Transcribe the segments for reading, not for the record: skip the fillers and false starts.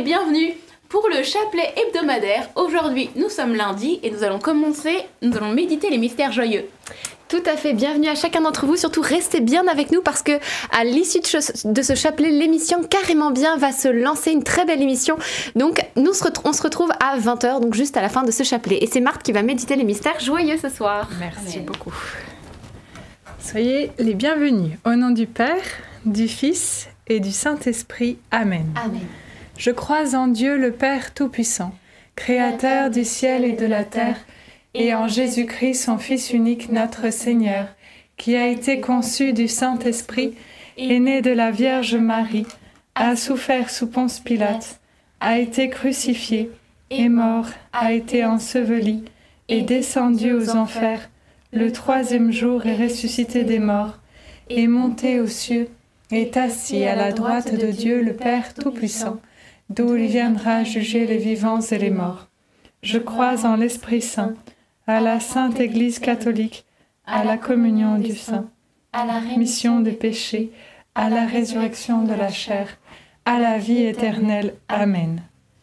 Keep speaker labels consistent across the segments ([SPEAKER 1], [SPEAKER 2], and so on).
[SPEAKER 1] bienvenue pour le chapelet hebdomadaire. Aujourd'hui, nous sommes lundi et nous allons méditer les mystères joyeux.
[SPEAKER 2] Tout à fait, bienvenue à chacun d'entre vous, surtout restez bien avec nous parce que à l'issue de ce chapelet, l'émission Carrément Bien va se lancer, une très belle émission. Donc on se retrouve à 20h, donc juste à la fin de ce chapelet. Et c'est Marthe qui va méditer les mystères joyeux ce soir.
[SPEAKER 3] Merci beaucoup. Soyez les bienvenus au nom du Père, du Fils et du Saint-Esprit. Amen.
[SPEAKER 1] Amen.
[SPEAKER 3] Je crois en Dieu le Père Tout-Puissant, Créateur du ciel et de la terre, et en Jésus-Christ, son Fils unique, notre Seigneur, qui a été conçu du Saint-Esprit, est né de la Vierge Marie, a souffert sous Ponce Pilate, a été crucifié, est mort, a été enseveli, est descendu aux enfers, le troisième jour est ressuscité des morts, est monté aux cieux, est assis à la droite de Dieu le Père Tout-Puissant, d'où il viendra juger les vivants et les morts. Je crois en l'Esprit Saint, à la Sainte Église catholique, à la communion du Saint, à la rémission des péchés, à la résurrection de la chair, à la vie éternelle. Amen.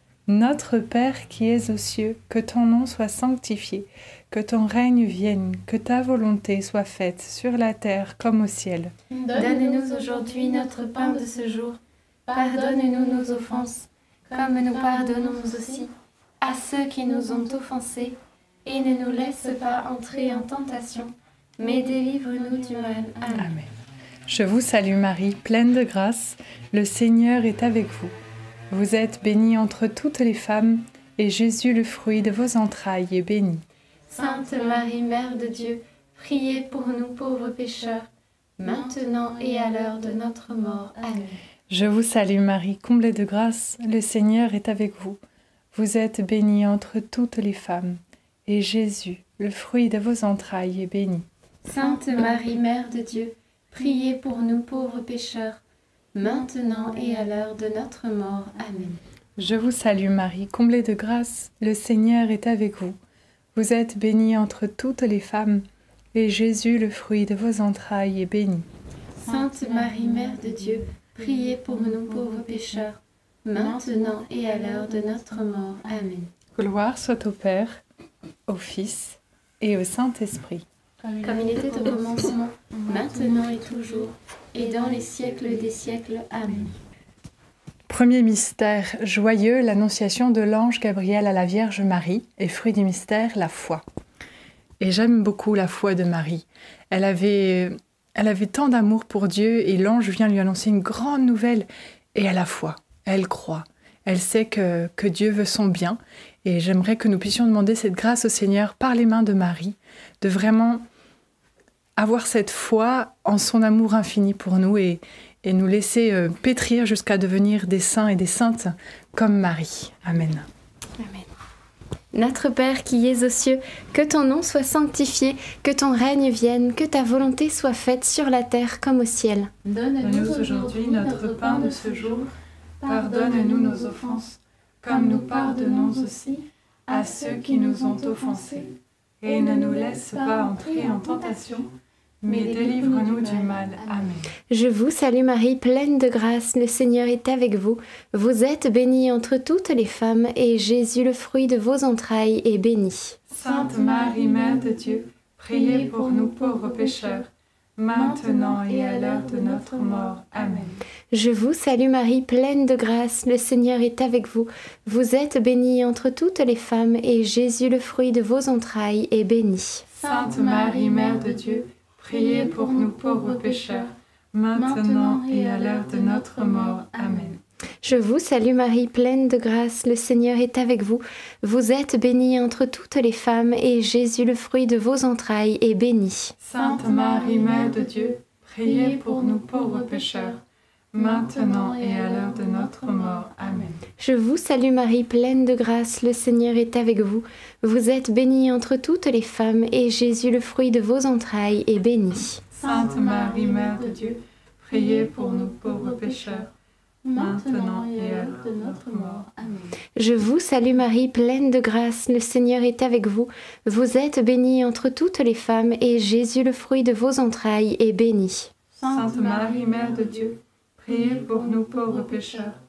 [SPEAKER 3] Notre Père qui es aux cieux, que ton nom soit sanctifié, que ton règne vienne, que ta volonté soit faite sur la terre comme au ciel.
[SPEAKER 4] Donne-nous aujourd'hui notre pain de ce jour. Pardonne-nous nos offenses, comme nous pardonnons aussi à ceux qui nous ont offensés. Et ne nous laisse pas entrer en tentation, mais délivre-nous du mal. Amen.
[SPEAKER 3] Amen. Je vous salue Marie, pleine de grâce, le Seigneur est avec vous. Vous êtes bénie entre toutes les femmes, et Jésus, le fruit de vos entrailles, est béni.
[SPEAKER 4] Sainte Marie, Mère de Dieu, priez pour nous pauvres pécheurs, maintenant et à l'heure de notre mort. Amen.
[SPEAKER 3] Je vous salue Marie, comblée de grâce, le Seigneur est avec vous. Vous êtes bénie entre toutes les femmes, et Jésus, le fruit de vos entrailles, est béni.
[SPEAKER 4] Sainte Marie, Mère de Dieu, priez pour nous pauvres pécheurs, maintenant et à l'heure de notre mort. Amen.
[SPEAKER 3] Je vous salue Marie, comblée de grâce, le Seigneur est avec vous. Vous êtes bénie entre toutes les femmes, et Jésus, le fruit de vos entrailles, est béni.
[SPEAKER 4] Sainte Marie, Mère de Dieu, priez pour nous pauvres pécheurs, maintenant et à l'heure de notre mort. Amen.
[SPEAKER 3] Gloire soit au Père, au Fils et au Saint-Esprit.
[SPEAKER 4] Comme il était au commencement, maintenant et toujours, et dans les siècles des siècles. Amen.
[SPEAKER 3] Premier mystère joyeux, l'annonciation de l'ange Gabriel à la Vierge Marie, et fruit du mystère, la foi. Et j'aime beaucoup la foi de Marie. Elle avait tant d'amour pour Dieu, et l'ange vient lui annoncer une grande nouvelle, et elle a foi, elle croit. Elle sait que Dieu veut son bien, et j'aimerais que nous puissions demander cette grâce au Seigneur par les mains de Marie, de vraiment avoir cette foi en son amour infini pour nous et nous laisser pétrir jusqu'à devenir des saints et des saintes comme Marie. Amen.
[SPEAKER 2] Amen. Notre Père qui es aux cieux, que ton nom soit sanctifié, que ton règne vienne, que ta volonté soit faite sur la terre comme au ciel.
[SPEAKER 3] Donne-nous aujourd'hui notre pain de ce jour. Pardonne-nous nos offenses, comme nous pardonnons aussi à ceux qui nous ont offensés. Et ne nous laisse pas entrer en tentation, mais délivre-nous du mal. Amen.
[SPEAKER 2] Je vous salue Marie, pleine de grâce, le Seigneur est avec vous. Vous êtes bénie entre toutes les femmes, et Jésus, le fruit de vos entrailles, est béni.
[SPEAKER 3] Sainte Marie, Mère de Dieu, priez pour nous pauvres pécheurs, maintenant et à l'heure de notre mort. Amen.
[SPEAKER 2] Je vous salue Marie, pleine de grâce, le Seigneur est avec vous. Vous êtes bénie entre toutes les femmes, et Jésus, le fruit de vos entrailles, est béni.
[SPEAKER 3] Sainte Marie, Mère de Dieu, priez pour nous pauvres pécheurs, maintenant et à l'heure de notre mort. Amen.
[SPEAKER 2] Je vous salue Marie, pleine de grâce, le Seigneur est avec vous. Vous êtes bénie entre toutes les femmes, et Jésus, le fruit de vos entrailles, est béni.
[SPEAKER 3] Sainte Marie, Mère de Dieu, priez pour nous pauvres pécheurs, maintenant et à l'heure de notre mort. Amen.
[SPEAKER 2] Je vous salue Marie, pleine de grâce, le Seigneur est avec vous. Vous êtes bénie entre toutes les femmes, et Jésus, le fruit de vos entrailles, est béni.
[SPEAKER 3] Sainte Marie, Mère de Dieu, priez pour nous pauvres pécheurs, maintenant et à l'heure de notre mort. Amen.
[SPEAKER 2] Je vous salue Marie, pleine de grâce, le Seigneur est avec vous. Vous êtes bénie entre toutes les femmes, et Jésus, le fruit de vos entrailles, est béni.
[SPEAKER 3] Sainte Marie, Mère de Dieu, priez pour nous pauvres pécheurs,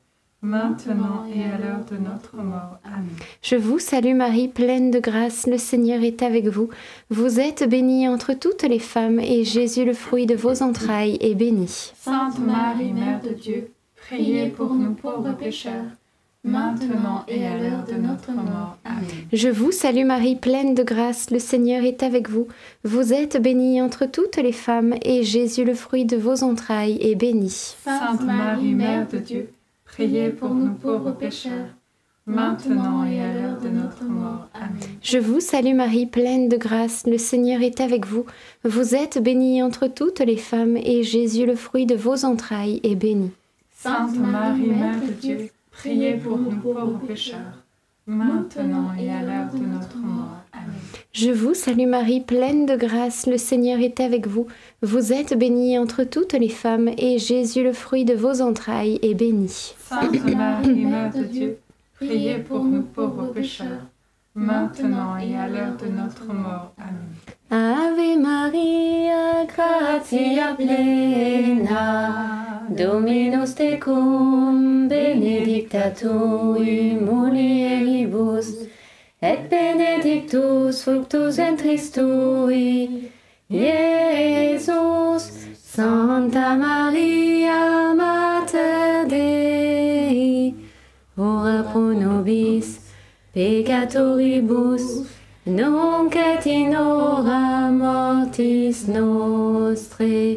[SPEAKER 3] maintenant et à l'heure de notre mort. Amen.
[SPEAKER 2] Je vous salue Marie, pleine de grâce, le Seigneur est avec vous. Vous êtes bénie entre toutes les femmes, et Jésus, le fruit de vos entrailles, est béni.
[SPEAKER 3] Sainte Marie, Mère de Dieu, priez pour nous pauvres pécheurs, maintenant et à l'heure de notre mort. Amen.
[SPEAKER 2] Je vous salue Marie, pleine de grâce, le Seigneur est avec vous. Vous êtes bénie entre toutes les femmes, et Jésus, le fruit de vos entrailles, est béni.
[SPEAKER 3] Sainte Marie, Mère de Dieu, priez pour nous pauvres pécheurs, maintenant et à l'heure de notre mort. Amen.
[SPEAKER 2] Je vous salue Marie, pleine de grâce, le Seigneur est avec vous. Vous êtes bénie entre toutes les femmes, et Jésus, le fruit de vos entrailles, est béni.
[SPEAKER 3] Sainte Marie, Mère de Dieu, priez pour nous pauvres pécheurs, maintenant et à l'heure de notre mort. Amen.
[SPEAKER 2] Je vous salue Marie, pleine de grâce, le Seigneur est avec vous. Vous êtes bénie entre toutes les femmes, et Jésus, le fruit de vos entrailles, est béni.
[SPEAKER 3] Sainte Marie, Mère de Dieu, priez pour nous pauvres pécheurs, maintenant et à l'heure de notre mort. Amen.
[SPEAKER 2] Ave Maria, gratia plena, Dominus tecum, benedicta tui mulieribus, et benedictus fructus ventris tui, Iesus. Santa Maria, Mater Dei, ora pro nobis peccatoribus, nunc et in hora mortis nostrae.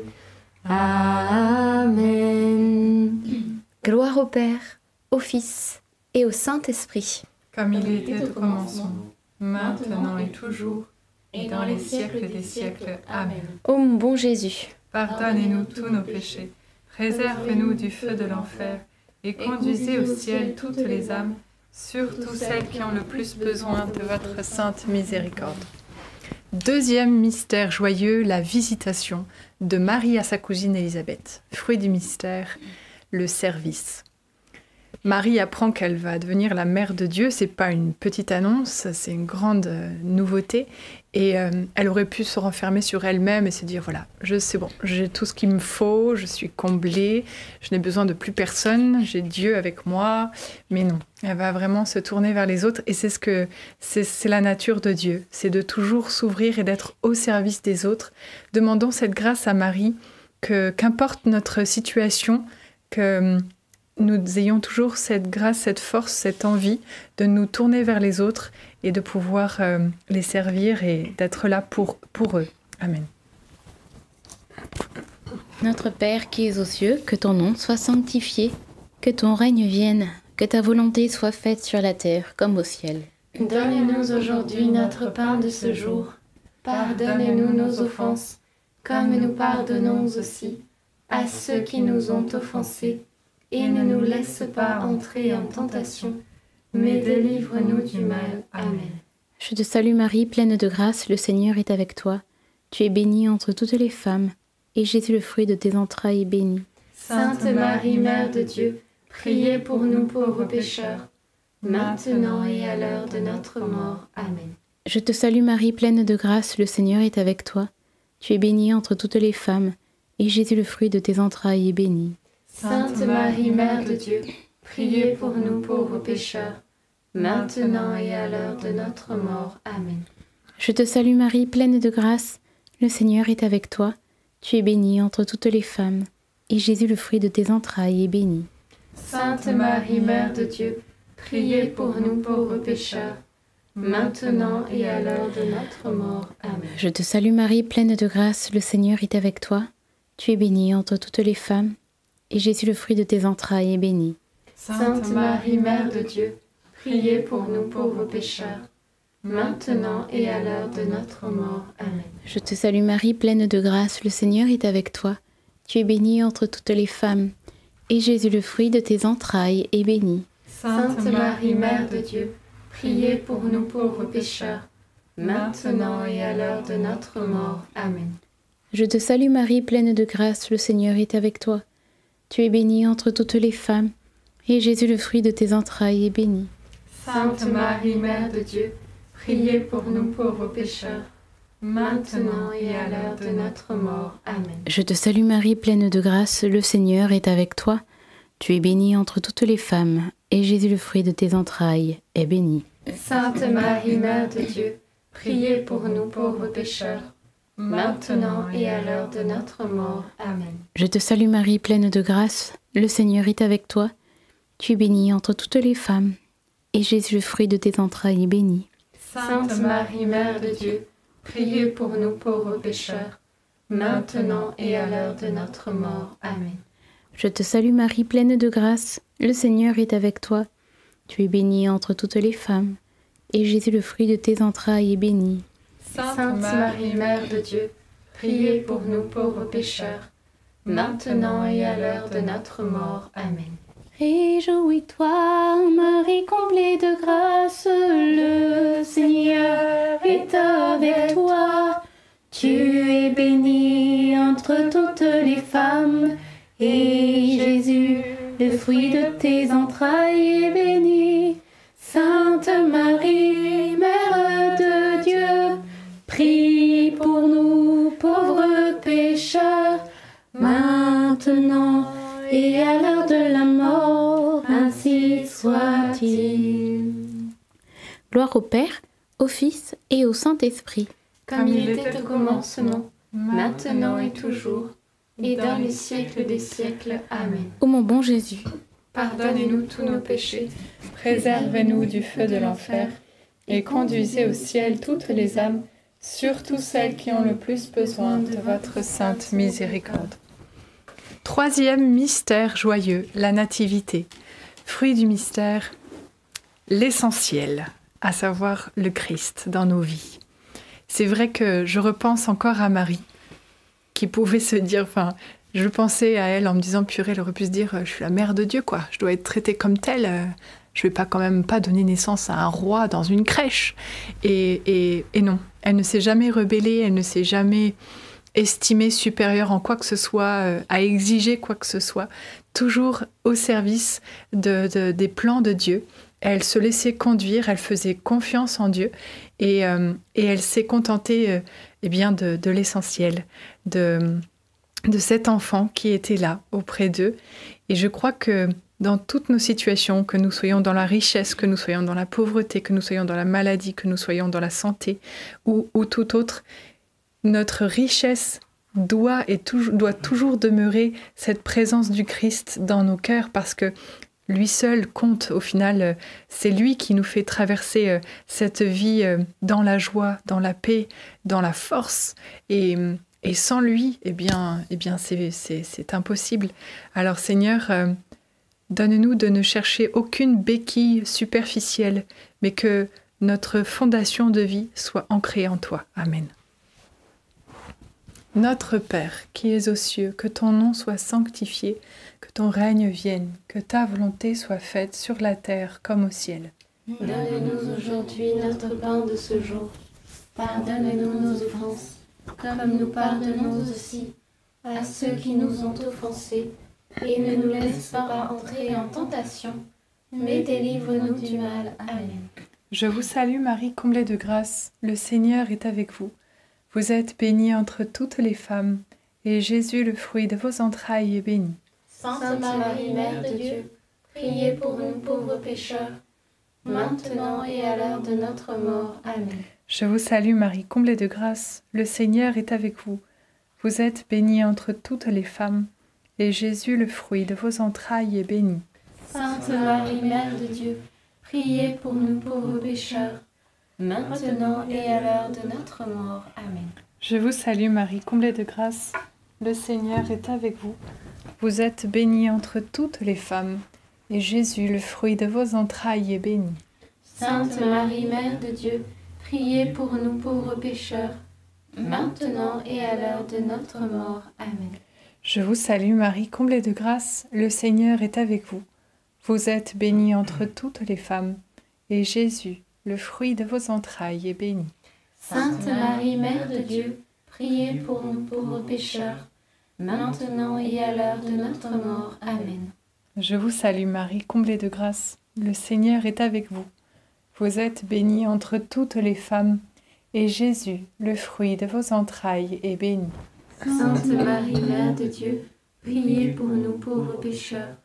[SPEAKER 2] Amen. Gloire au Père, au Fils et au Saint-Esprit.
[SPEAKER 3] Comme il était au commencement, maintenant et toujours, et dans les siècles des siècles. Amen.
[SPEAKER 2] Ô mon bon Jésus,
[SPEAKER 3] Pardonnez-nous tous nos péchés, préservez-nous du feu de l'enfer, et conduisez au ciel toutes les âmes, surtout celles qui ont le plus besoin de votre sainte miséricorde. Deuxième mystère joyeux, la visitation de Marie à sa cousine Élisabeth. Fruit du mystère, le service. Marie apprend qu'elle va devenir la mère de Dieu. C'est pas une petite annonce, c'est une grande nouveauté. Et elle aurait pu se renfermer sur elle-même et se dire voilà, c'est bon, j'ai tout ce qu'il me faut, je suis comblée, je n'ai besoin de plus personne, j'ai Dieu avec moi. Mais non, elle va vraiment se tourner vers les autres et c'est la nature de Dieu, c'est de toujours s'ouvrir et d'être au service des autres. Demandons cette grâce à Marie, qu'importe notre situation, que nous ayons toujours cette grâce, cette force, cette envie de nous tourner vers les autres et de pouvoir les servir et d'être là pour eux. Amen.
[SPEAKER 5] Notre Père qui es aux cieux, que ton nom soit sanctifié, que ton règne vienne, que ta volonté soit faite sur la terre comme au ciel.
[SPEAKER 4] Donne-nous aujourd'hui notre pain de ce jour. Pardonne-nous nos offenses, comme nous pardonnons aussi à ceux qui nous ont offensés. Et ne nous laisse pas entrer en tentation, mais délivre-nous du mal. Amen.
[SPEAKER 5] Je te salue Marie, pleine de grâce, le Seigneur est avec toi. Tu es bénie entre toutes les femmes, et Jésus, le fruit de tes entrailles, est béni.
[SPEAKER 4] Sainte Marie, Mère de Dieu, priez pour nous pauvres pécheurs, maintenant et à l'heure de notre mort. Amen.
[SPEAKER 5] Je te salue Marie, pleine de grâce, le Seigneur est avec toi. Tu es bénie entre toutes les femmes, et Jésus, le fruit de tes entrailles, est béni.
[SPEAKER 4] Sainte Marie, Mère de Dieu, priez pour nous pauvres pécheurs, maintenant et à l'heure de notre mort. Amen.
[SPEAKER 5] Je te salue Marie, pleine de grâce, le Seigneur est avec toi. Tu es bénie entre toutes les femmes, et Jésus, le fruit de tes entrailles, est béni.
[SPEAKER 4] Sainte Marie, Mère de Dieu, priez pour nous pauvres pécheurs, maintenant et à l'heure de notre mort. Amen.
[SPEAKER 5] Je te salue Marie, pleine de grâce, le Seigneur est avec toi. Tu es bénie entre toutes les femmes, et Jésus, le fruit de tes entrailles, est béni.
[SPEAKER 4] Sainte Marie, Mère de Dieu, priez pour nous pauvres pécheurs, maintenant et à l'heure de notre mort. Amen.
[SPEAKER 5] Je te salue Marie, pleine de grâce, le Seigneur est avec toi. Tu es bénie entre toutes les femmes, et Jésus, le fruit de tes entrailles, est béni.
[SPEAKER 4] Sainte Marie, Mère de Dieu, priez pour nous pauvres pécheurs, maintenant et à l'heure de notre mort. Amen.
[SPEAKER 5] Je te salue Marie, pleine de grâce, le Seigneur est avec toi. Tu es bénie entre toutes les femmes, et Jésus, le fruit de tes entrailles, est béni.
[SPEAKER 4] Sainte Marie, Mère de Dieu, priez pour nous pauvres pécheurs, maintenant et à l'heure de notre mort. Amen.
[SPEAKER 5] Je te salue Marie, pleine de grâce, le Seigneur est avec toi. Tu es bénie entre toutes les femmes, et Jésus, le fruit de tes entrailles, est béni.
[SPEAKER 4] Sainte Marie, Mère de Dieu, priez pour nous pauvres pécheurs, maintenant et à l'heure de notre mort. Amen.
[SPEAKER 5] Je te salue Marie, pleine de grâce, le Seigneur est avec toi. Tu es bénie entre toutes les femmes, et Jésus, le fruit de tes entrailles, est béni.
[SPEAKER 4] Sainte Marie, Mère de Dieu, priez pour nous pauvres pécheurs, maintenant et à l'heure de notre mort. Amen.
[SPEAKER 5] Je te salue Marie, pleine de grâce, le Seigneur est avec toi. Tu es bénie entre toutes les femmes, et Jésus, le fruit de tes entrailles, est béni.
[SPEAKER 4] Sainte Marie, Mère de Dieu, priez pour nous pauvres pécheurs, maintenant et à l'heure de notre mort. Amen.
[SPEAKER 5] Réjouis-toi, Marie, comblée de grâce, le Seigneur est avec toi. Tu es bénie entre toutes les femmes, et Jésus, le fruit de tes entrailles, est béni. Sainte Marie, Mère de Dieu, prie pour nous pauvres pécheurs, maintenant et à l'heure de la mort, ainsi soit-il. Gloire au Père, au Fils et au Saint-Esprit.
[SPEAKER 4] Comme il était au commencement, maintenant et toujours, et dans les siècles des siècles. Amen.
[SPEAKER 5] Ô mon bon Jésus,
[SPEAKER 4] pardonnez-nous tous nos péchés,
[SPEAKER 3] Préservez-nous du feu de l'enfer et conduisez au ciel toutes les âmes, surtout celles qui ont le plus besoin de votre sainte miséricorde. Troisième mystère joyeux, la Nativité. Fruit du mystère, l'essentiel, à savoir le Christ dans nos vies. C'est vrai que je repense encore à Marie, qui pouvait se dire, je pensais à elle en me disant, purée, elle aurait pu se dire, je suis la mère de Dieu, quoi. Je dois être traitée comme telle. Je vais pas quand même pas donner naissance à un roi dans une crèche. Et non, elle ne s'est jamais rebellée, elle ne s'est jamais estimée supérieure en quoi que ce soit, à exiger quoi que ce soit, toujours au service des plans de Dieu. Elle se laissait conduire, elle faisait confiance en Dieu et elle s'est contentée de l'essentiel, de cet enfant qui était là auprès d'eux. Et je crois que dans toutes nos situations, que nous soyons dans la richesse, que nous soyons dans la pauvreté, que nous soyons dans la maladie, que nous soyons dans la santé ou tout autre, notre richesse doit toujours demeurer cette présence du Christ dans nos cœurs, parce que lui seul compte. Au final, c'est lui qui nous fait traverser cette vie dans la joie, dans la paix, dans la force. Et sans lui, c'est impossible. Alors Seigneur, donne-nous de ne chercher aucune béquille superficielle, mais que notre fondation de vie soit ancrée en toi. Amen. Notre Père, qui es aux cieux, que ton nom soit sanctifié, que ton règne vienne, que ta volonté soit faite sur la terre comme au ciel.
[SPEAKER 4] Donne-nous aujourd'hui notre pain de ce jour. Pardonne-nous nos offenses, comme nous pardonnons aussi à ceux qui nous ont offensés. Et ne nous laisse pas entrer en tentation, mais délivre-nous du mal. Amen.
[SPEAKER 3] Je vous salue Marie, comblée de grâce, le Seigneur est avec vous. Vous êtes bénie entre toutes les femmes, et Jésus, le fruit de vos entrailles, est béni.
[SPEAKER 4] Sainte Marie, Mère de Dieu, priez pour nous pauvres pécheurs, maintenant et à l'heure de notre mort. Amen.
[SPEAKER 3] Je vous salue Marie, comblée de grâce, le Seigneur est avec vous. Vous êtes bénie entre toutes les femmes, et Jésus, le fruit de vos entrailles, est béni.
[SPEAKER 4] Sainte Marie, Mère de Dieu, priez pour nous pauvres pécheurs, maintenant et à l'heure de notre mort. Amen.
[SPEAKER 3] Je vous salue Marie, comblée de grâce, le Seigneur est avec vous. Vous êtes bénie entre toutes les femmes, et Jésus, le fruit de vos entrailles, est béni.
[SPEAKER 4] Sainte Marie, Mère de Dieu, priez pour nous pauvres pécheurs, maintenant et à l'heure de notre mort. Amen.
[SPEAKER 3] Je vous salue Marie, comblée de grâce, le Seigneur est avec vous. Vous êtes bénie entre toutes les femmes, et Jésus, le fruit de vos entrailles, est béni.
[SPEAKER 4] Sainte Marie, Mère de Dieu, priez pour nous pauvres pécheurs, maintenant et à l'heure de notre mort. Amen.
[SPEAKER 3] Je vous salue Marie, comblée de grâce, le Seigneur est avec vous. Vous êtes bénie entre toutes les femmes, et Jésus, le fruit de vos entrailles, est béni.
[SPEAKER 4] Sainte Marie, Mère de Dieu, priez pour nous pauvres pécheurs,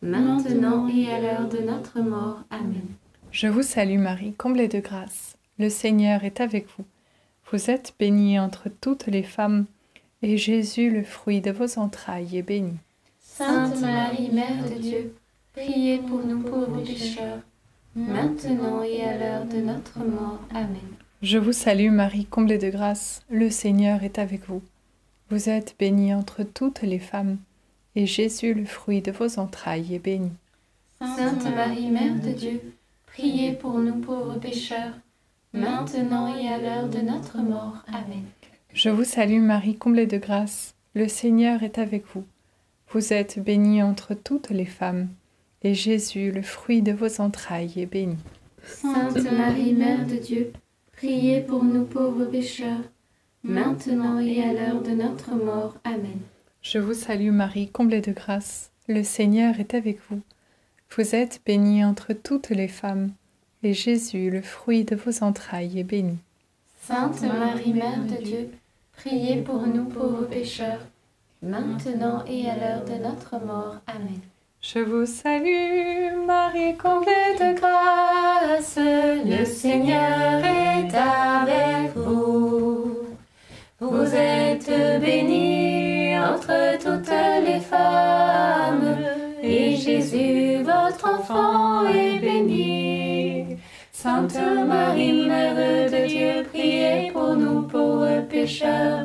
[SPEAKER 4] maintenant et à l'heure de notre mort. Amen.
[SPEAKER 3] Je vous salue Marie, comblée de grâce. Le Seigneur est avec vous. Vous êtes bénie entre toutes les femmes, et Jésus, le fruit de vos entrailles, est béni.
[SPEAKER 4] Sainte Marie, Mère de Dieu, priez pour nous pauvres pécheurs, maintenant et à l'heure de notre mort. Amen.
[SPEAKER 3] Je vous salue Marie, comblée de grâce. Le Seigneur est avec vous. Vous êtes bénie entre toutes les femmes, et Jésus, le fruit de vos entrailles, est béni.
[SPEAKER 4] Sainte Marie, Mère de Dieu, priez pour nous pauvres pécheurs, maintenant et à l'heure de notre mort. Amen.
[SPEAKER 3] Je vous salue Marie, comblée de grâce. Le Seigneur est avec vous. Vous êtes bénie entre toutes les femmes, et Jésus, le fruit de vos entrailles, est béni.
[SPEAKER 4] Sainte Marie, Mère de Dieu, priez pour nous pauvres pécheurs, maintenant et à l'heure de notre mort. Amen.
[SPEAKER 3] Je vous salue Marie, comblée de grâce. Le Seigneur est avec vous. Vous êtes bénie entre toutes les femmes, et Jésus, le fruit de vos entrailles, est béni.
[SPEAKER 4] Sainte Marie, Mère de Dieu, priez pour nous pauvres pécheurs, maintenant et à l'heure de notre mort. Amen.
[SPEAKER 3] Je vous salue Marie, comblée de grâce.
[SPEAKER 4] Le Seigneur est avec vous. Vous êtes bénie entre toutes les femmes, et Jésus, votre enfant, est béni. Sainte Marie, Mère de Dieu, priez pour nous pauvres pécheurs,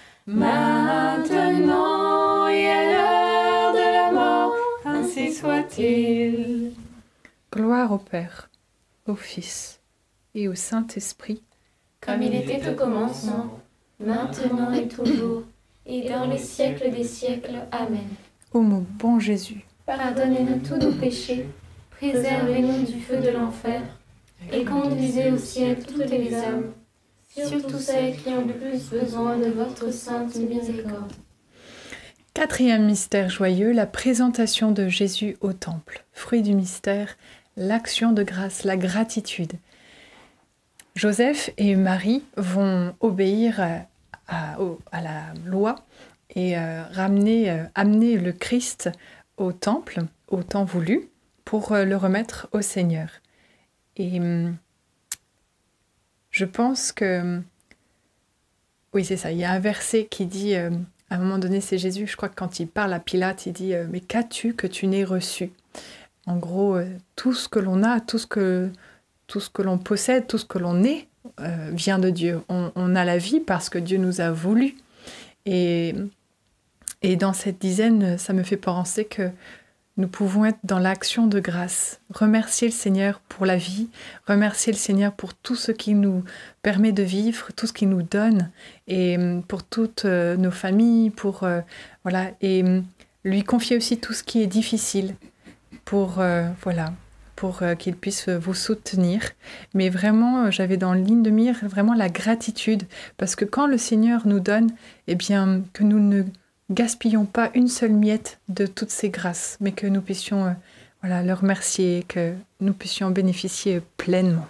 [SPEAKER 4] maintenant et à l'heure de la mort. Ainsi soit-il.
[SPEAKER 3] Gloire au Père, au Fils et au Saint-Esprit,
[SPEAKER 4] Comme il était au commencement, maintenant et toujours, et dans les siècles des siècles. Amen.
[SPEAKER 3] ô mon bon Jésus,
[SPEAKER 4] Pardonnez-nous tous nos péchés, préservez-nous du feu de l'enfer, et conduisez au ciel toutes les âmes, surtout celles qui ont le plus besoin de votre sainte miséricorde.
[SPEAKER 3] Quatrième mystère joyeux, la présentation de Jésus au temple. Fruit du mystère, l'action de grâce, la gratitude. Joseph et Marie vont obéir à la loi et amener le Christ au temple, au temps voulu, pour le remettre au Seigneur. Et je pense que... Oui, c'est ça, il y a un verset qui dit... à un moment donné, c'est Jésus, je crois que quand il parle à Pilate, il dit « Mais qu'as-tu que tu n'aies reçu ?» En gros, tout ce que l'on a, tout ce que l'on possède, tout ce que l'on est, vient de Dieu. On a la vie parce que Dieu nous a voulu. Et dans cette dizaine, ça me fait penser que nous pouvons être dans l'action de grâce. Remercier le Seigneur pour la vie, remercier le Seigneur pour tout ce qui nous permet de vivre, tout ce qu'il nous donne, et pour toutes nos familles, voilà, et lui confier aussi tout ce qui est difficile, pour qu'il puisse vous soutenir. Mais vraiment, j'avais dans ligne de mire vraiment la gratitude, parce que quand le Seigneur nous donne, eh bien, que nous ne gaspillons pas une seule miette de toutes ces grâces, mais que nous puissions le remercier, que nous puissions en bénéficier pleinement.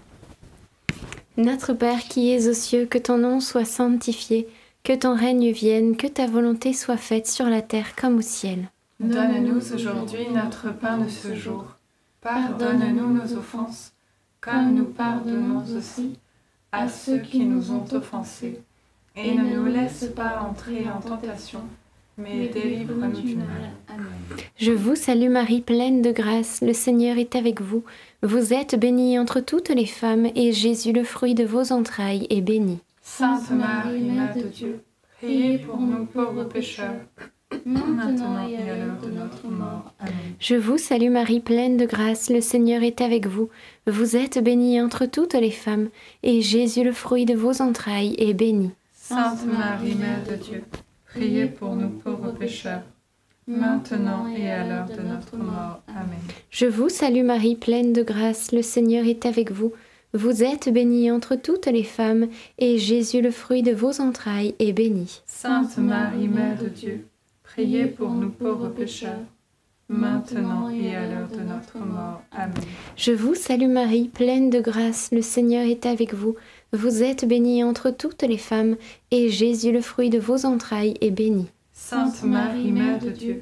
[SPEAKER 2] Notre Père qui es aux cieux, que ton nom soit sanctifié, que ton règne vienne, que ta volonté soit faite sur la terre comme au ciel.
[SPEAKER 3] Donne-nous aujourd'hui notre pain de ce jour. Pardonne-nous nos offenses, comme nous pardonnons aussi à ceux qui nous ont offensés. Et ne nous laisse pas entrer en tentation, mais délivre-nous du mal.
[SPEAKER 4] Amen.
[SPEAKER 2] Je vous salue Marie, pleine de grâce, le Seigneur est avec vous. Vous êtes bénie entre toutes les femmes, et Jésus, le fruit de vos entrailles, est béni.
[SPEAKER 3] Sainte Marie, Mère de Dieu, priez pour nous pauvres pécheurs, maintenant et à l'heure de notre mort. Amen.
[SPEAKER 2] Je vous salue Marie, pleine de grâce, le Seigneur est avec vous. Vous êtes bénie entre toutes les femmes, et Jésus, le fruit de vos entrailles, est béni.
[SPEAKER 3] Sainte Marie, Mère de Dieu, priez pour nous pauvres pécheurs, maintenant et à l'heure de notre mort. Amen.
[SPEAKER 2] Je vous salue Marie, pleine de grâce, le Seigneur est avec vous. Vous êtes bénie entre toutes les femmes, et Jésus, le fruit de vos entrailles, est béni.
[SPEAKER 3] Sainte Marie, Mère de Dieu, priez pour nous pauvres pécheurs, maintenant et à l'heure de notre mort. Amen.
[SPEAKER 2] Je vous salue Marie, pleine de grâce, le Seigneur est avec vous. Vous êtes bénie entre toutes les femmes, et Jésus, le fruit de vos entrailles, est béni.
[SPEAKER 3] Sainte Marie, Mère de Dieu,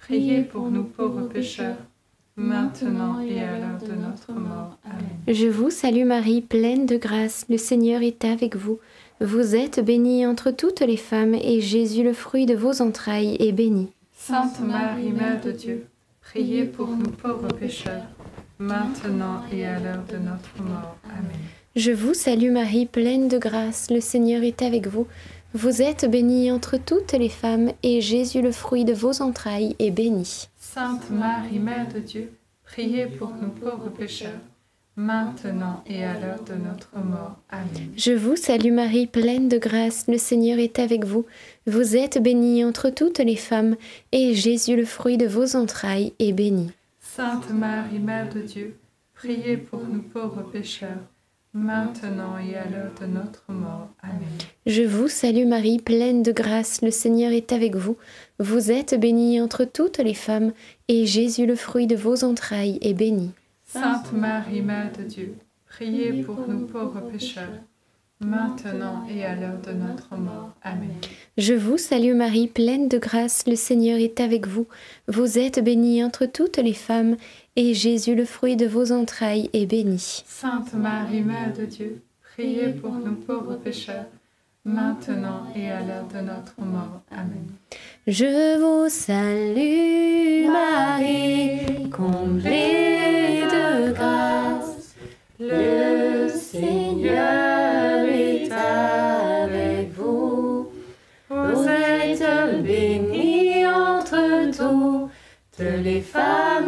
[SPEAKER 3] Priez pour nous pauvres pécheurs, maintenant et à l'heure de notre mort. Amen.
[SPEAKER 2] Je vous salue Marie, pleine de grâce, le Seigneur est avec vous. Vous êtes bénie entre toutes les femmes, et Jésus, le fruit de vos entrailles, est béni.
[SPEAKER 3] Sainte Marie, Mère de Dieu, priez pour nous pauvres pécheurs, maintenant et à l'heure de notre mort. Amen.
[SPEAKER 2] Je vous salue Marie, pleine de grâce, le Seigneur est avec vous. Vous êtes bénie entre toutes les femmes, et Jésus, le fruit de vos entrailles, est béni.
[SPEAKER 3] Sainte Marie, Mère de Dieu, priez pour nous pauvres pécheurs, maintenant et à l'heure de notre mort. Amen.
[SPEAKER 2] Je vous salue Marie, pleine de grâce, le Seigneur est avec vous. Vous êtes bénie entre toutes les femmes, et Jésus, le fruit de vos entrailles, est béni.
[SPEAKER 3] Sainte Marie, Mère de Dieu, priez pour nous pauvres pécheurs, maintenant et à l'heure de notre mort. Amen.
[SPEAKER 2] Je vous salue Marie, pleine de grâce, le Seigneur est avec vous. Vous êtes bénie entre toutes les femmes, et Jésus, le fruit de vos entrailles, est béni.
[SPEAKER 3] Sainte Marie, Mère de Dieu, priez pour nous pauvres pécheurs, maintenant et à l'heure de notre mort. Amen.
[SPEAKER 2] Je vous salue Marie, pleine de grâce, le Seigneur est avec vous. Vous êtes bénie entre toutes les femmes, et Jésus, le fruit de vos entrailles, est béni.
[SPEAKER 3] Sainte Marie, Mère de Dieu, priez pour nous pauvres pécheurs, maintenant et à l'heure de notre mort. Amen.
[SPEAKER 2] Je vous salue Marie, comblée de grâce, le Seigneur est avec vous. Vous êtes bénie entre toutes les femmes,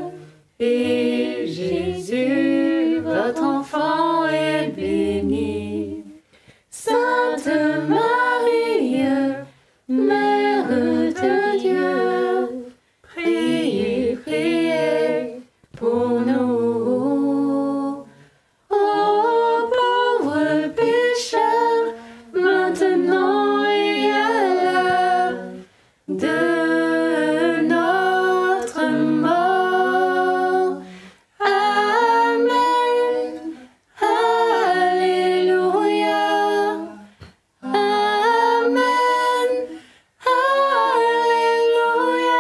[SPEAKER 2] et Jésus, votre enfant, est béni. Sainte Marie, Mère de Dieu, priez, priez pour nous. Ô pauvres pécheurs, maintenant et à l'heure de notre mort. Amen. Alléluia. Amen. Alléluia.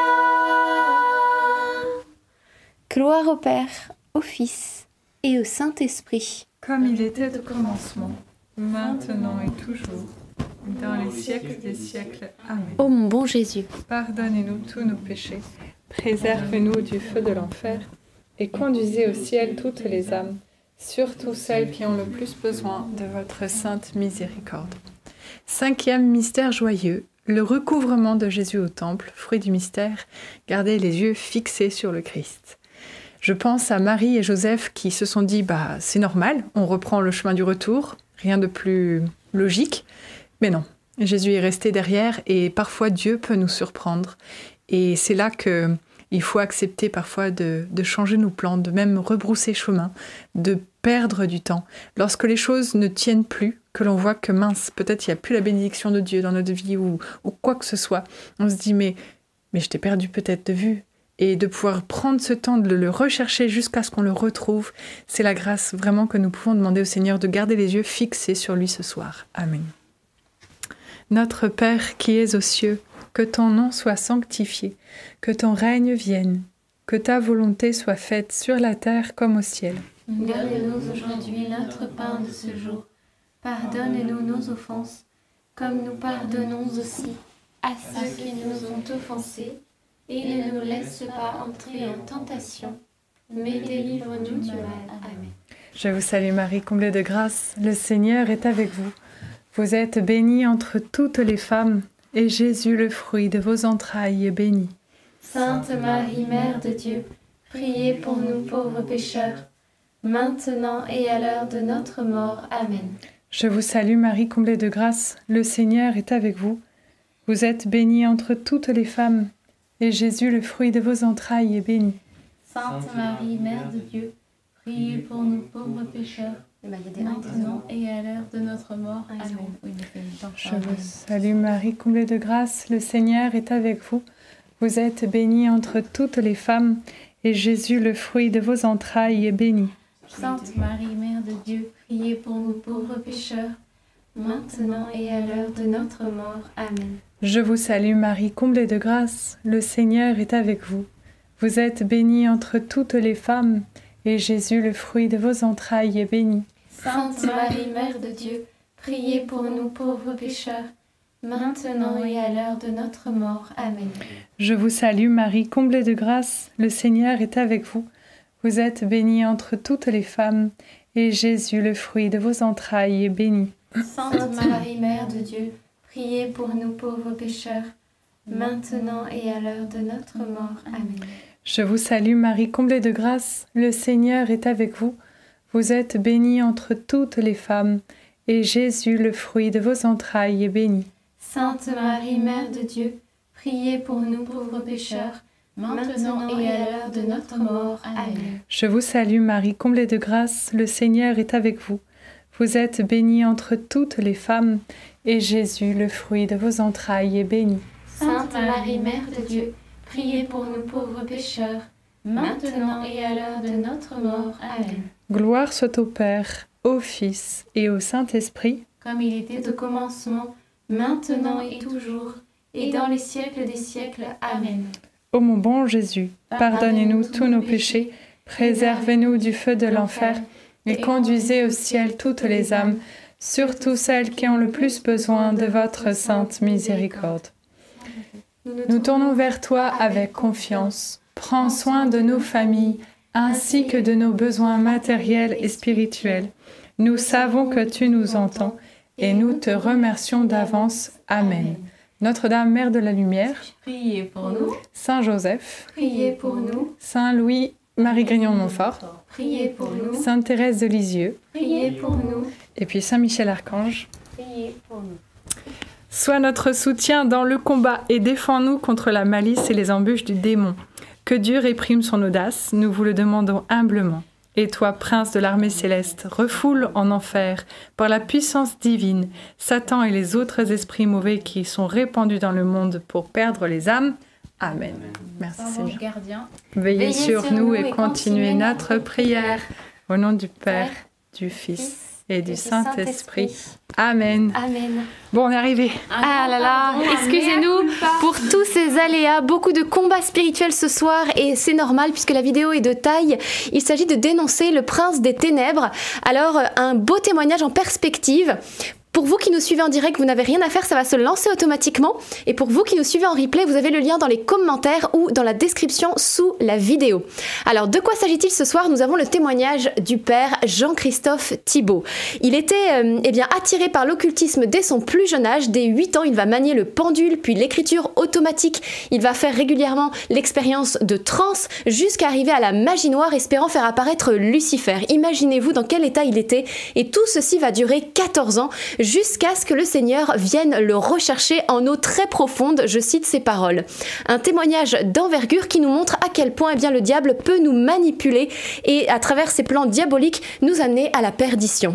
[SPEAKER 2] Gloire au Père, au Fils et au Saint-Esprit.
[SPEAKER 3] Comme il était au commencement, maintenant et toujours, dans les siècles des siècles. Amen.
[SPEAKER 2] Ô mon bon Jésus,
[SPEAKER 3] Pardonnez-nous tous nos péchés, préservez-nous du feu de l'enfer, et conduisez au ciel toutes les âmes, surtout celles qui ont le plus besoin de votre sainte miséricorde. 5e mystère joyeux, le recouvrement de Jésus au temple, fruit du mystère, gardez les yeux fixés sur le Christ. Je pense à Marie et Joseph qui se sont dit « c'est normal, on reprend le chemin du retour, rien de plus logique ». Mais non, Jésus est resté derrière et parfois Dieu peut nous surprendre. Et c'est là qu'il faut accepter parfois de changer nos plans, de même rebrousser chemin, de perdre du temps. Lorsque les choses ne tiennent plus, que l'on voit que mince, peut-être il n'y a plus la bénédiction de Dieu dans notre vie ou quoi que ce soit, on se dit mais je t'ai perdu peut-être de vue. Et de pouvoir prendre ce temps de le rechercher jusqu'à ce qu'on le retrouve, c'est la grâce vraiment que nous pouvons demander au Seigneur de garder les yeux fixés sur lui ce soir. Amen. Notre Père qui es aux cieux, que ton nom soit sanctifié, que ton règne vienne, que ta volonté soit faite sur la terre comme au ciel.
[SPEAKER 4] Donne-nous aujourd'hui notre pain de ce jour. Pardonne-nous nos offenses, comme nous pardonnons aussi à ceux qui nous ont offensés. Et ne nous laisse pas entrer en tentation, mais délivre-nous du mal. Amen.
[SPEAKER 3] Je vous salue Marie, comblée de grâce, le Seigneur est avec vous. Vous êtes bénie entre toutes les femmes, et Jésus, le fruit de vos entrailles, est béni.
[SPEAKER 4] Sainte Marie, Mère de Dieu, priez pour nous pauvres pécheurs, maintenant et à l'heure de notre mort. Amen.
[SPEAKER 3] Je vous salue Marie, comblée de grâce, le Seigneur est avec vous. Vous êtes bénie entre toutes les femmes, et Jésus, le fruit de vos entrailles, est béni.
[SPEAKER 4] Sainte Marie, Mère de Dieu, priez pour nous pauvres pécheurs, maintenant et à l'heure de notre mort. Amen.
[SPEAKER 3] Je vous salue Marie, comblée de grâce, le Seigneur est avec vous. Vous êtes bénie entre toutes les femmes, et Jésus, le fruit de vos entrailles, est béni.
[SPEAKER 4] Sainte Marie, Mère de Dieu, priez pour nous pauvres pécheurs, maintenant et à l'heure de notre mort. Amen.
[SPEAKER 3] Je vous salue Marie, comblée de grâce, le Seigneur est avec vous. Vous êtes bénie entre toutes les femmes, et Jésus, le fruit de vos entrailles, est béni.
[SPEAKER 4] Sainte Marie, Mère de Dieu, priez pour nous pauvres pécheurs, maintenant et à l'heure de notre mort. Amen.
[SPEAKER 3] Je vous salue Marie, comblée de grâce, le Seigneur est avec vous. Vous êtes bénie entre toutes les femmes, et Jésus, le fruit de vos entrailles, est béni.
[SPEAKER 4] Sainte Marie, Mère de Dieu, priez pour nous pauvres pécheurs, maintenant et à l'heure de notre mort. Amen.
[SPEAKER 3] Je vous salue Marie, comblée de grâce, le Seigneur est avec vous. Vous êtes bénie entre toutes les femmes, et Jésus, le fruit de vos entrailles, est béni.
[SPEAKER 4] Sainte Marie, Mère de Dieu, priez pour nous pauvres pécheurs, maintenant et à l'heure de notre mort. Amen.
[SPEAKER 3] Je vous salue Marie, comblée de grâce, le Seigneur est avec vous. Vous êtes bénie entre toutes les femmes, et Jésus, le fruit de vos entrailles, est béni.
[SPEAKER 4] Sainte Marie, Mère de Dieu, priez pour nous pauvres pécheurs, maintenant et à l'heure de notre mort. Amen.
[SPEAKER 3] Gloire soit au Père, au Fils et au Saint-Esprit,
[SPEAKER 4] comme il était au commencement, maintenant et toujours, et dans les siècles des siècles. Amen.
[SPEAKER 3] Ô mon bon Jésus, pardonnez-nous tous nos péchés, préservez-nous du feu de l'enfer, et conduisez au ciel toutes les âmes, surtout celles qui ont le plus besoin de votre sainte miséricorde. Nous tournons vers toi avec confiance. Prends soin de nos familles, ainsi que de nos besoins matériels et spirituels. Nous savons que tu nous entends, et nous te remercions d'avance. Amen. Notre-Dame, Mère de la Lumière,
[SPEAKER 1] Priez pour nous.
[SPEAKER 3] Saint Joseph,
[SPEAKER 4] Priez pour nous,
[SPEAKER 3] Saint Louis, Marie Grignon de Montfort,
[SPEAKER 4] priez pour nous,
[SPEAKER 3] Sainte Thérèse de Lisieux,
[SPEAKER 4] priez pour nous,
[SPEAKER 3] et puis Saint Michel Archange.
[SPEAKER 4] priez pour nous.
[SPEAKER 3] Sois notre soutien dans le combat et défends-nous contre la malice et les embûches du démon. Que Dieu réprime son audace, nous vous le demandons humblement. Et toi, prince de l'armée céleste, refoule en enfer, par la puissance divine, Satan et les autres esprits mauvais qui sont répandus dans le monde pour perdre les âmes. Amen. Merci Seigneur.
[SPEAKER 1] Ange gardien.
[SPEAKER 3] Veillez sur nous et continuez notre prière. Au nom du Père, du Fils et du Saint-Esprit. Amen.
[SPEAKER 4] Amen.
[SPEAKER 3] Bon, on est arrivé.
[SPEAKER 2] Ah là là, excusez-nous pour tous ces aléas, beaucoup de combats spirituels ce soir et c'est normal puisque la vidéo est de taille. Il s'agit de dénoncer le prince des ténèbres. Alors, un beau témoignage en perspective. Pour vous qui nous suivez en direct, vous n'avez rien à faire, ça va se lancer automatiquement. Et pour vous qui nous suivez en replay, vous avez le lien dans les commentaires ou dans la description sous la vidéo. Alors, de quoi s'agit-il ce soir? Nous avons le témoignage du père Jean-Christophe Thibault. Il était attiré par l'occultisme dès son plus jeune âge. Dès 8 ans, il va manier le pendule, puis l'écriture automatique. Il va faire régulièrement l'expérience de transe jusqu'à arriver à la magie noire, espérant faire apparaître Lucifer. Imaginez-vous dans quel état il était. Et tout ceci va durer 14 ans, jusqu'à ce que le Seigneur vienne le rechercher en eau très profonde, je cite ses paroles. Un témoignage d'envergure qui nous montre à quel point le diable peut nous manipuler et à travers ses plans diaboliques nous amener à la perdition.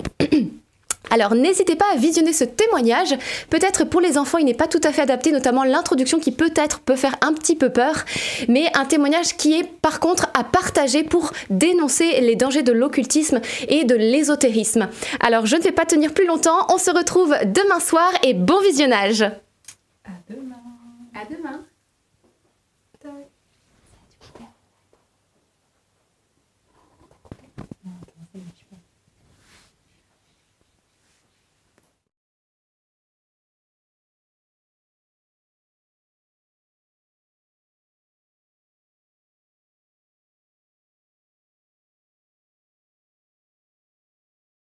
[SPEAKER 2] Alors n'hésitez pas à visionner ce témoignage, peut-être pour les enfants il n'est pas tout à fait adapté, notamment l'introduction qui peut faire un petit peu peur, mais un témoignage qui est par contre à partager pour dénoncer les dangers de l'occultisme et de l'ésotérisme. Alors je ne vais pas tenir plus longtemps, on se retrouve demain soir et bon visionnage.
[SPEAKER 3] À demain.
[SPEAKER 1] À demain.